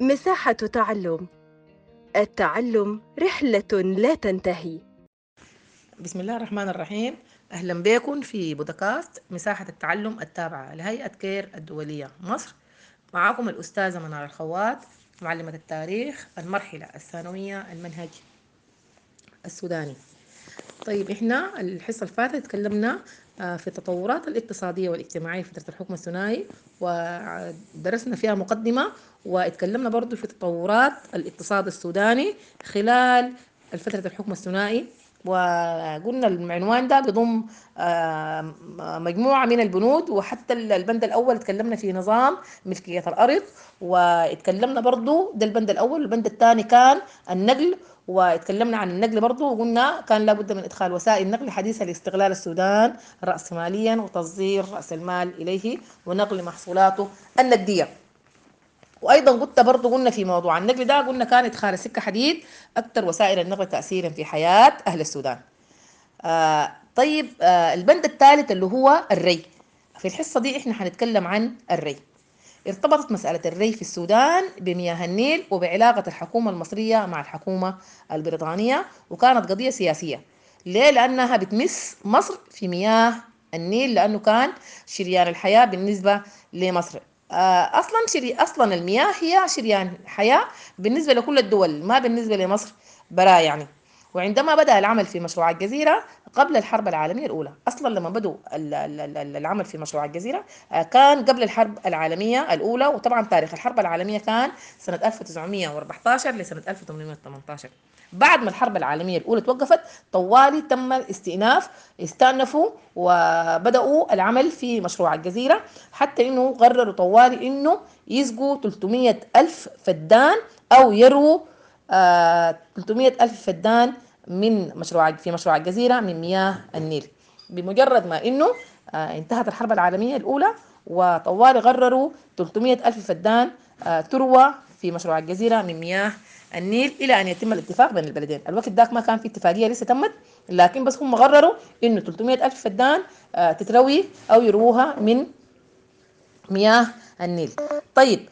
مساحة تعلم. التعلم رحلة لا تنتهي. بسم الله الرحمن الرحيم. أهلا بكم في بودكاست مساحة التعلم التابعة لهيئة كير الدولية مصر. معكم الأستاذة منار الخوات، معلمة التاريخ المرحلة الثانوية المنهج السوداني. طيب إحنا الحصة اللي فاتت تكلمنا في التطورات الاقتصادية والاجتماعية في فترة الحكم الثنائي، ودرسنا فيها مقدمة، واتكلمنا برضو في تطورات الاقتصاد السوداني خلال فترة الحكم الثنائي. وقلنا العنوان ده بيضم مجموعة من البنود، وحتى البند الأول اتكلمنا في نظام ملكية الأرض، واتكلمنا برضو ده البند الأول. والبند الثاني كان النقل، واتكلمنا عن النقل برضو، وقلنا كان لابد من إدخال وسائل نقل حديثة لاستغلال السودان رأسماليا وتصدير رأس المال إليه ونقل محصولاته النقدية. وايضا قلنا في موضوع النقل ده، قلنا كان ادخال السكه حديد اكثر وسائل النقل تاثيرا في حياه اهل السودان. طيب، البند الثالث اللي هو الري. في الحصه دي احنا هنتكلم عن الري. ارتبطت مسألة الري في السودان بمياه النيل وبعلاقة الحكومة المصرية مع الحكومة البريطانية، وكانت قضية سياسية. ليه؟ لأنها بتمس مصر في مياه النيل، لأنه كان شريان الحياة بالنسبة لمصر. أصلا المياه هي شريان حياة بالنسبة لكل الدول، ما بالنسبة لمصر برا يعني. وعندما بدأ العمل في مشروع الجزيرة قبل الحرب العالمية الأولى، أصلا لما بدأوا العمل في مشروع الجزيرة كان قبل الحرب العالمية الأولى. وطبعا تاريخ الحرب العالمية كان سنة 1914 لسنة 1818. بعد ما الحرب العالمية الأولى توقفت طوالي تم استأنفوا وبدأوا العمل في مشروع الجزيرة، حتى إنه قرروا طوالي إنه يسقوا 300 ألف فدان أو يرووا 300 ألف فدان في مشروع الجزيرة من مياه النيل. بمجرد ما إنه انتهت الحرب العالمية الأولى، وطوالي قرروا 300 ألف فدان تروى في مشروع الجزيرة من مياه النيل إلى أن يتم الاتفاق بين البلدين. الوقت ذاك ما كان في اتفاقية لسه تمت، لكن بس هم قرروا إنه 300 ألف فدان تتروي أو يروها من مياه النيل. طيب،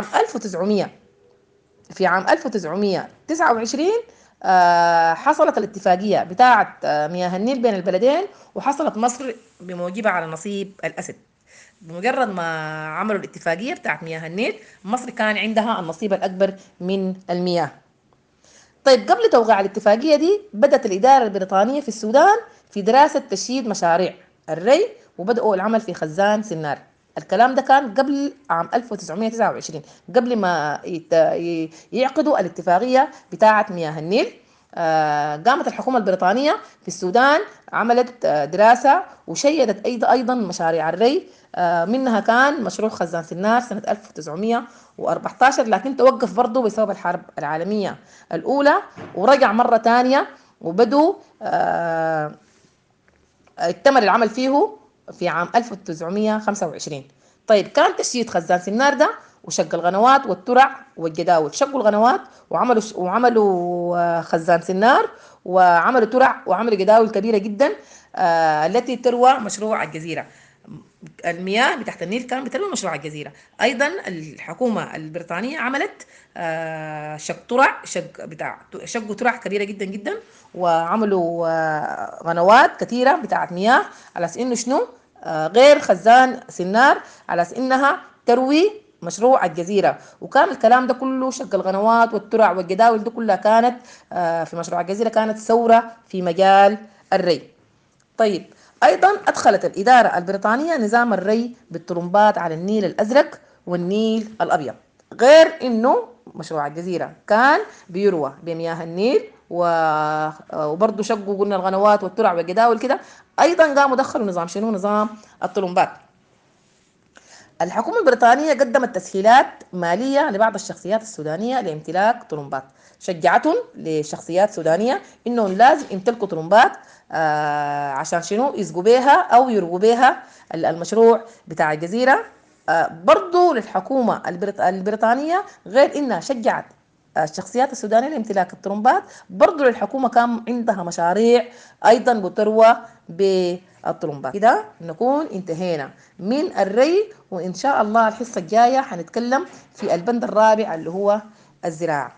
في عام 1929 حصلت الاتفاقية بتاعة مياه النيل بين البلدين، وحصلت مصر بموجبها على نصيب الأسد. بمجرد ما عملوا الاتفاقية بتاعة مياه النيل، مصر كان عندها النصيب الأكبر من المياه. طيب، قبل توقيع الاتفاقية دي بدأت الإدارة البريطانية في السودان في دراسة تشييد مشاريع الري، وبدأوا العمل في خزان سنار. الكلام ده كان قبل عام 1929، قبل ما يعقدوا الاتفاقية بتاعة مياه النيل. قامت الحكومة البريطانية في السودان عملت دراسة وشيدت أيضا مشاريع الري. منها كان مشروع خزان سنار سنة 1914، لكن توقف برضه بسبب الحرب العالمية الأولى، ورجع مرة تانية وبدوا اكتمل العمل فيه في عام 1925. طيب، كان تشييد خزان سنار ده وشق القنوات والترع والجداول. شقوا القنوات وعملوا خزان سنار، وعملوا ترع وعملوا جداول كبيرة جدا التي تروى مشروع الجزيرة. المياه بتاعت النيل كان بتروى مشروع الجزيرة. أيضا الحكومة البريطانية عملت شقوا ترع كبيرة جدا جدا، وعملوا قنوات كثيرة بتاعت مياه على أساس إنه شنو غير خزان سنار، على أساس إنها تروي مشروع الجزيرة. وكان الكلام ده كله شق القنوات والترع والجداول دي كلها كانت في مشروع الجزيرة كانت ثورة في مجال الري. طيب، أيضا أدخلت الإدارة البريطانية نظام الري بالطرمبات على النيل الأزرق والنيل الأبيض، غير إنه مشروع الجزيرة كان بيروى بمياه النيل وبرضه شقوا قلنا القنوات والترع والجداول كده. أيضا قاموا دخلوا نظام شنو؟ نظام الطرمبات. الحكومة البريطانية قدمت تسهيلات مالية لبعض الشخصيات السودانية لامتلاك طرمبات، شجعتهم لشخصيات سودانية إنهم لازم يمتلكوا طرمبات عشان شنو يسقوا بيها أو يرووا بيها المشروع بتاع الجزيرة. برضو للحكومة البريطانية، غير إنها شجعت الشخصيات السودانية لامتلاك الطرمبات، برضو للحكومة كان عندها مشاريع أيضا بتروى الطلمبات. كده نكون انتهينا من الري، وإن شاء الله الحصة الجاية هنتكلم في البند الرابع اللي هو الزراعة.